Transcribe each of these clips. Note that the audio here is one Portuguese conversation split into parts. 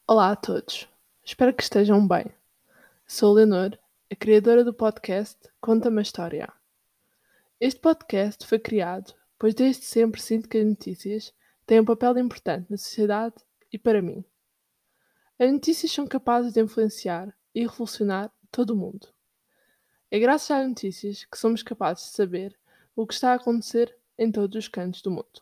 Olá a todos, espero que estejam bem. Sou Leonor, a criadora do podcast Conta-me a História. Este podcast foi criado pois desde sempre sinto que as notícias têm um papel importante na sociedade e para mim. As notícias são capazes de influenciar e revolucionar todo o mundo. É graças às notícias que somos capazes de saber o que está a acontecer em todos os cantos do mundo.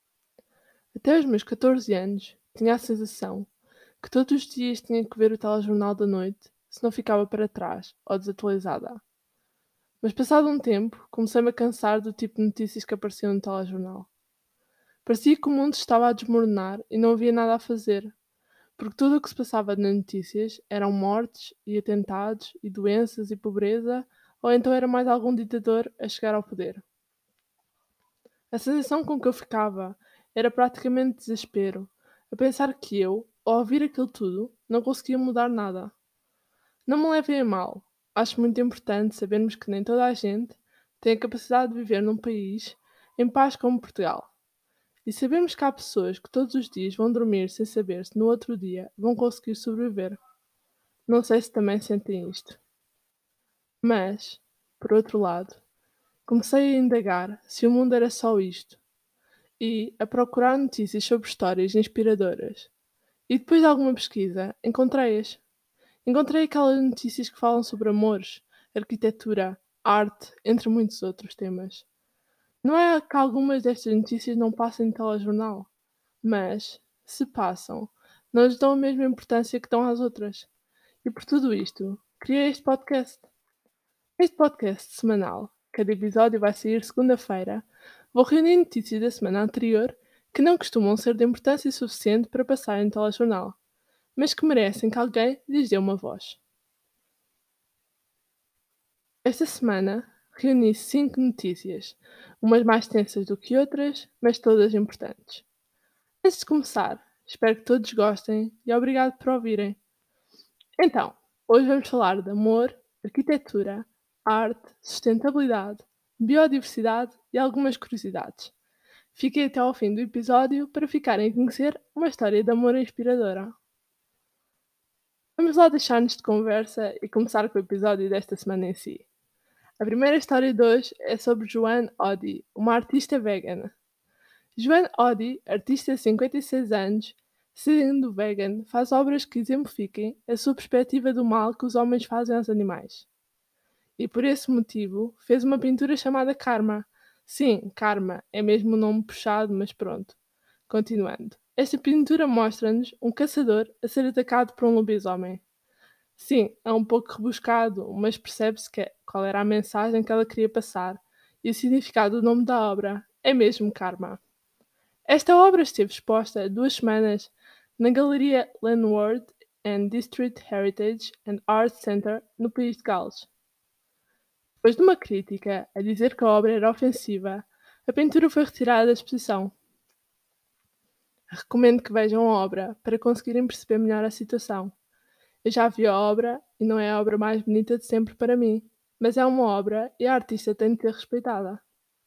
Até os meus 14 anos, tinha a sensação que todos os dias tinha que ver o telejornal da noite, se não ficava para trás ou desatualizada. Mas passado um tempo, comecei-me a cansar do tipo de notícias que apareciam no telejornal. Parecia que o mundo estava a desmoronar e não havia nada a fazer, porque tudo o que se passava nas notícias eram mortes e atentados e doenças e pobreza, ou então era mais algum ditador a chegar ao poder. A sensação com que eu ficava era praticamente desespero, a pensar que eu, ao ouvir aquilo tudo, não conseguia mudar nada. Não me levem a mal, acho muito importante sabermos que nem toda a gente tem a capacidade de viver num país em paz como Portugal. E sabemos que há pessoas que todos os dias vão dormir sem saber se no outro dia vão conseguir sobreviver. Não sei se também sentem isto. Mas, por outro lado, comecei a indagar se o mundo era só isto e a procurar notícias sobre histórias inspiradoras. E depois de alguma pesquisa, encontrei-as. Encontrei aquelas notícias que falam sobre amores, arquitetura, arte, entre muitos outros temas. Não é que algumas destas notícias não passem no telejornal, mas, se passam, não lhes dão a mesma importância que dão às outras. E por tudo isto, criei este podcast. Este podcast semanal, cada episódio vai sair segunda-feira, vou reunir notícias da semana anterior que não costumam ser de importância suficiente para passarem no telejornal, mas que merecem que alguém lhes dê uma voz. Esta semana reuni 5 notícias, umas mais tensas do que outras, mas todas importantes. Antes de começar, espero que todos gostem e obrigado por ouvirem. Então, hoje vamos falar de amor, arquitetura, arte, sustentabilidade, biodiversidade e algumas curiosidades. Fiquem até ao fim do episódio para ficarem a conhecer uma história de amor inspiradora. Vamos lá deixar-nos de conversa e começar com o episódio desta semana em si. A primeira história de hoje é sobre Joanne Oddy, uma artista vegana. Joanne Oddy, artista de 56 anos, sendo vegan, faz obras que exemplifiquem a sua perspectiva do mal que os homens fazem aos animais. E por esse motivo fez uma pintura chamada Karma. Sim, Karma, é mesmo um nome puxado, mas pronto. Continuando. Esta pintura mostra-nos um caçador a ser atacado por um lobisomem. Sim, é um pouco rebuscado, mas percebe-se qual era a mensagem que ela queria passar e o significado do nome da obra. É mesmo Karma. Esta obra esteve exposta 2 semanas na Galeria Landward and District Heritage and Art Centre, no país de Gales. Depois de uma crítica a dizer que a obra era ofensiva, a pintura foi retirada da exposição. Recomendo que vejam a obra para conseguirem perceber melhor a situação. Eu já vi a obra e não é a obra mais bonita de sempre para mim, mas é uma obra e a artista tem de ser respeitada.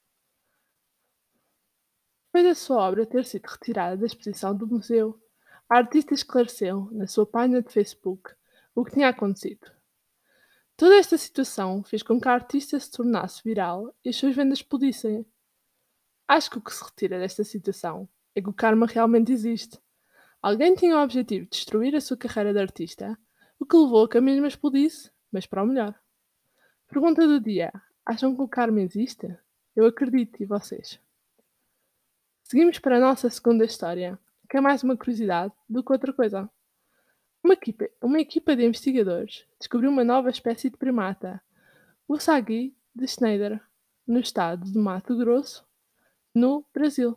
Depois da sua obra ter sido retirada da exposição do museu, a artista esclareceu, na sua página de Facebook, o que tinha acontecido. Toda esta situação fez com que a artista se tornasse viral e as suas vendas explodissem. Acho que o que se retira desta situação é que o karma realmente existe. Alguém tinha o objetivo de destruir a sua carreira de artista, o que levou a que a mesma explodisse, mas para o melhor. Pergunta do dia: acham que o karma existe? Eu acredito, e vocês? Seguimos para a nossa segunda história, que é mais uma curiosidade do que outra coisa. Uma equipa de investigadores descobriu uma nova espécie de primata, o sagui de Schneider, no estado de Mato Grosso, no Brasil.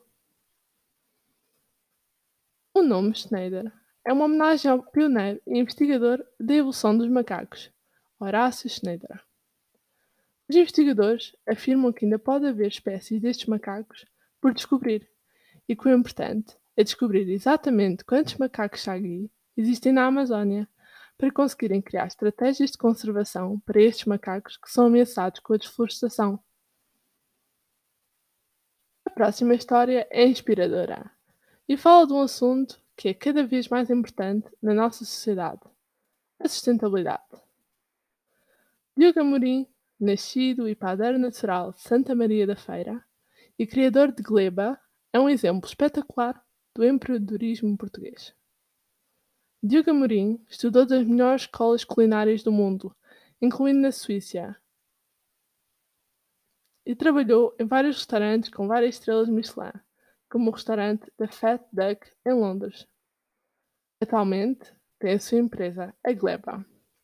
O nome Schneider é uma homenagem ao pioneiro e investigador da evolução dos macacos, Horácio Schneider. Os investigadores afirmam que ainda pode haver espécies destes macacos por descobrir, e que o importante é descobrir exatamente quantos macacos sagui existem na Amazónia, para conseguirem criar estratégias de conservação para estes macacos que são ameaçados com a desflorestação. A próxima história é inspiradora e fala de um assunto que é cada vez mais importante na nossa sociedade: a sustentabilidade. Diogo Amorim, nascido e padeiro natural de Santa Maria da Feira e criador de Gleba, é um exemplo espetacular do empreendedorismo português. Diogo Amorim estudou das melhores escolas culinárias do mundo, incluindo na Suíça, e trabalhou em vários restaurantes com várias estrelas Michelin, como o restaurante The Fat Duck em Londres. Atualmente tem a sua empresa, a Gleba.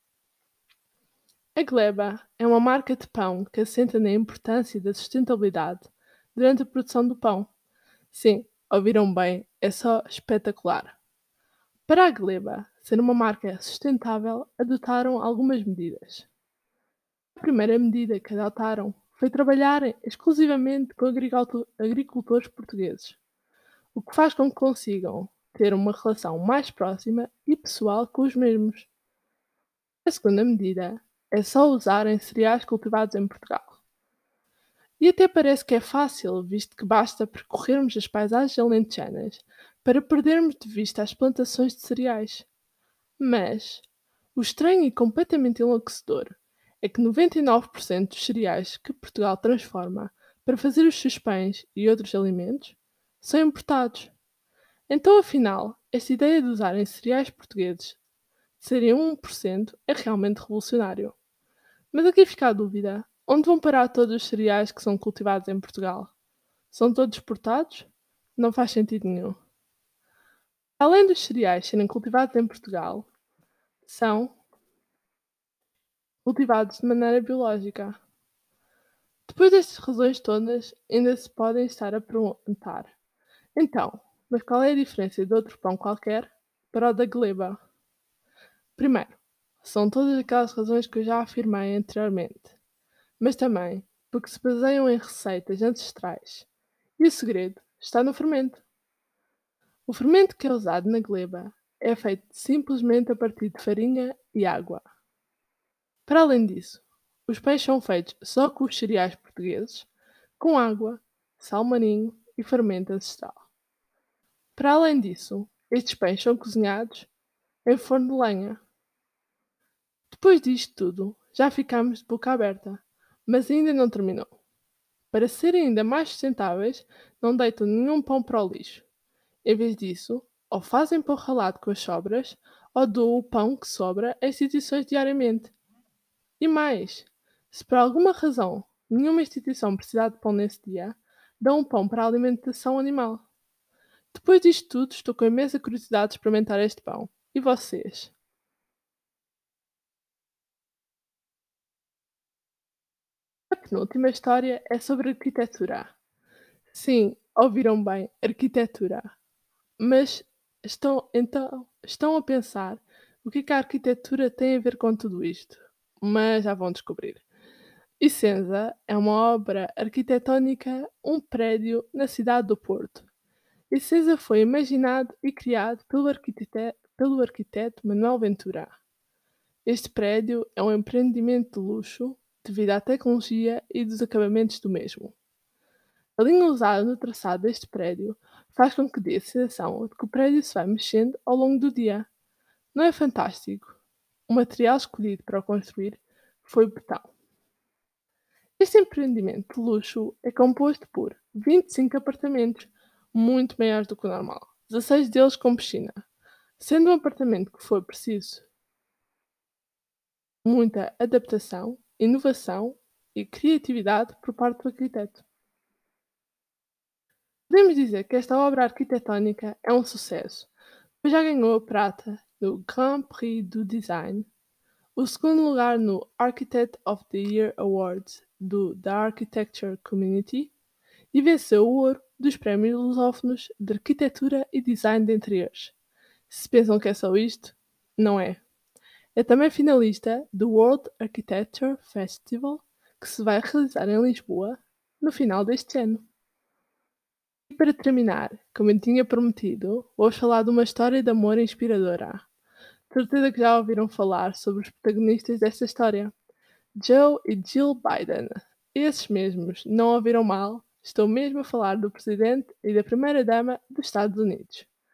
A Gleba é uma marca de pão que assenta na importância da sustentabilidade durante a produção do pão. Sim, ouviram bem, é só espetacular. Para a Gleba ser uma marca sustentável, adotaram algumas medidas. A primeira medida que adotaram foi trabalharem exclusivamente com agricultores portugueses, o que faz com que consigam ter uma relação mais próxima e pessoal com os mesmos. A segunda medida é só usarem cereais cultivados em Portugal. E até parece que é fácil, visto que basta percorrermos as paisagens alentejanas para perdermos de vista as plantações de cereais. Mas o estranho e completamente enlouquecedor é que 99% dos cereais que Portugal transforma para fazer os seus pães e outros alimentos são importados. Então, afinal, esta ideia de usarem cereais portugueses de serem 1% é realmente revolucionário. Mas aqui fica a dúvida: onde vão parar todos os cereais que são cultivados em Portugal? São todos exportados? Não faz sentido nenhum. Além dos cereais serem cultivados em Portugal, são cultivados de maneira biológica. Depois destas razões todas, ainda se podem estar a perguntar: então, mas qual é a diferença de outro pão qualquer para o da Gleba? Primeiro, são todas aquelas razões que eu já afirmei anteriormente, mas também porque se baseiam em receitas ancestrais. E o segredo está no fermento. O fermento que é usado na Gleba é feito simplesmente a partir de farinha e água. Para além disso, os pães são feitos só com os cereais portugueses, com água, sal marinho e fermento ancestral. Para além disso, estes pães são cozinhados em forno de lenha. Depois disto tudo, já ficamos de boca aberta, mas ainda não terminou. Para serem ainda mais sustentáveis, não deitam nenhum pão para o lixo. Em vez disso, ou fazem pão ralado com as sobras, ou doam o pão que sobra a instituições diariamente. E mais, se por alguma razão nenhuma instituição precisar de pão nesse dia, dão o pão para a alimentação animal. Depois disto tudo, estou com imensa curiosidade de experimentar este pão. E vocês? A penúltima história é sobre arquitetura. Sim, ouviram bem, arquitetura. Mas estão a pensar o que a arquitetura tem a ver com tudo isto? Mas já vão descobrir. Essenza é uma obra arquitetónica, um prédio na cidade do Porto. Essenza foi imaginado e criado pelo arquiteto Manuel Ventura. Este prédio é um empreendimento de luxo devido à tecnologia e dos acabamentos do mesmo. A linha usada no traçado deste prédio faz com que dê a sensação de que o prédio se vai mexendo ao longo do dia. Não é fantástico? O material escolhido para o construir foi betão. Este empreendimento de luxo é composto por 25 apartamentos, muito maiores do que o normal, 16 deles com piscina, sendo um apartamento que foi preciso muita adaptação, inovação e criatividade por parte do arquiteto. Podemos dizer que esta obra arquitetónica é um sucesso, pois já ganhou a prata no Grand Prix do Design, o segundo lugar no Architect of the Year Awards da Architecture Community e venceu o ouro dos prémios lusófonos de arquitetura e design de interiores. Se pensam que é só isto, não é. É também finalista do World Architecture Festival, que se vai realizar em Lisboa no final deste ano. E para terminar, como eu tinha prometido, vou falar de uma história de amor inspiradora. De certeza que já ouviram falar sobre os protagonistas desta história, Joe e Jill Biden. Esses mesmos, não ouviram mal, estou mesmo a falar do presidente e da primeira-dama dos Estados Unidos.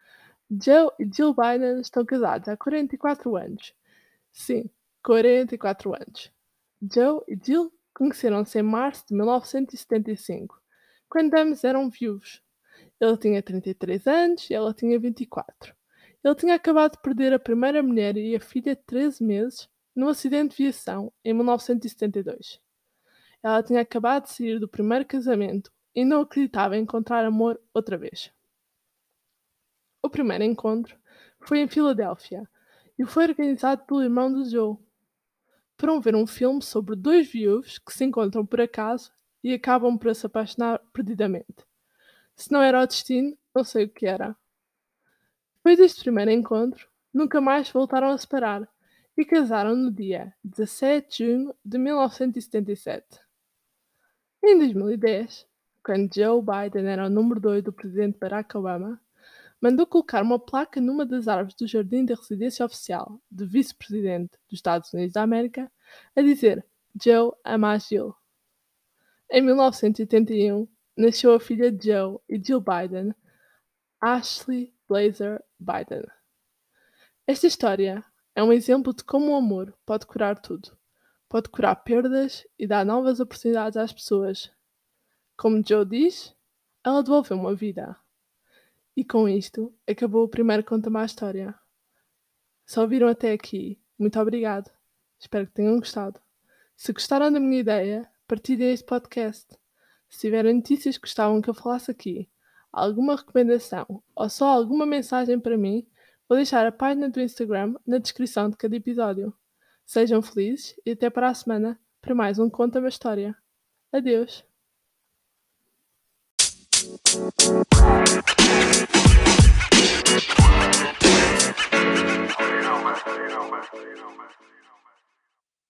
Joe e Jill Biden estão casados há 44 anos. Sim, 44 anos. Joe e Jill conheceram-se em março de 1975, quando ambos eram viúvos. Ele tinha 33 anos e ela tinha 24. Ele tinha acabado de perder a primeira mulher e a filha de 13 meses num acidente de viação em 1972. Ela tinha acabado de sair do primeiro casamento e não acreditava em encontrar amor outra vez. O primeiro encontro foi em Filadélfia e foi organizado pelo irmão de Joe. Foram ver um filme sobre dois viúvos que se encontram por acaso e acabam por se apaixonar perdidamente. Se não era o destino, não sei o que era. Depois deste primeiro encontro, nunca mais voltaram a separar e casaram no dia 17 de junho de 1977. Em 2010, quando Joe Biden era o número 2 do presidente Barack Obama, mandou colocar uma placa numa das árvores do jardim da residência oficial do vice-presidente dos Estados Unidos da América a dizer Joe ama a Jill. Em 1981, nasceu a filha de Joe e Jill Biden, Ashley Blazer Biden. Esta história é um exemplo de como o amor pode curar tudo. Pode curar perdas e dar novas oportunidades às pessoas. Como Joe diz, ela devolveu uma vida. E com isto, acabou o primeiro Conta-me a História. Se ouviram até aqui, muito obrigado. Espero que tenham gostado. Se gostaram da minha ideia, partilhem este podcast. Se tiverem notícias que gostavam que eu falasse aqui, alguma recomendação ou só alguma mensagem para mim, vou deixar a página do Instagram na descrição de cada episódio. Sejam felizes e até para a semana para mais um Conta-me a História. Adeus!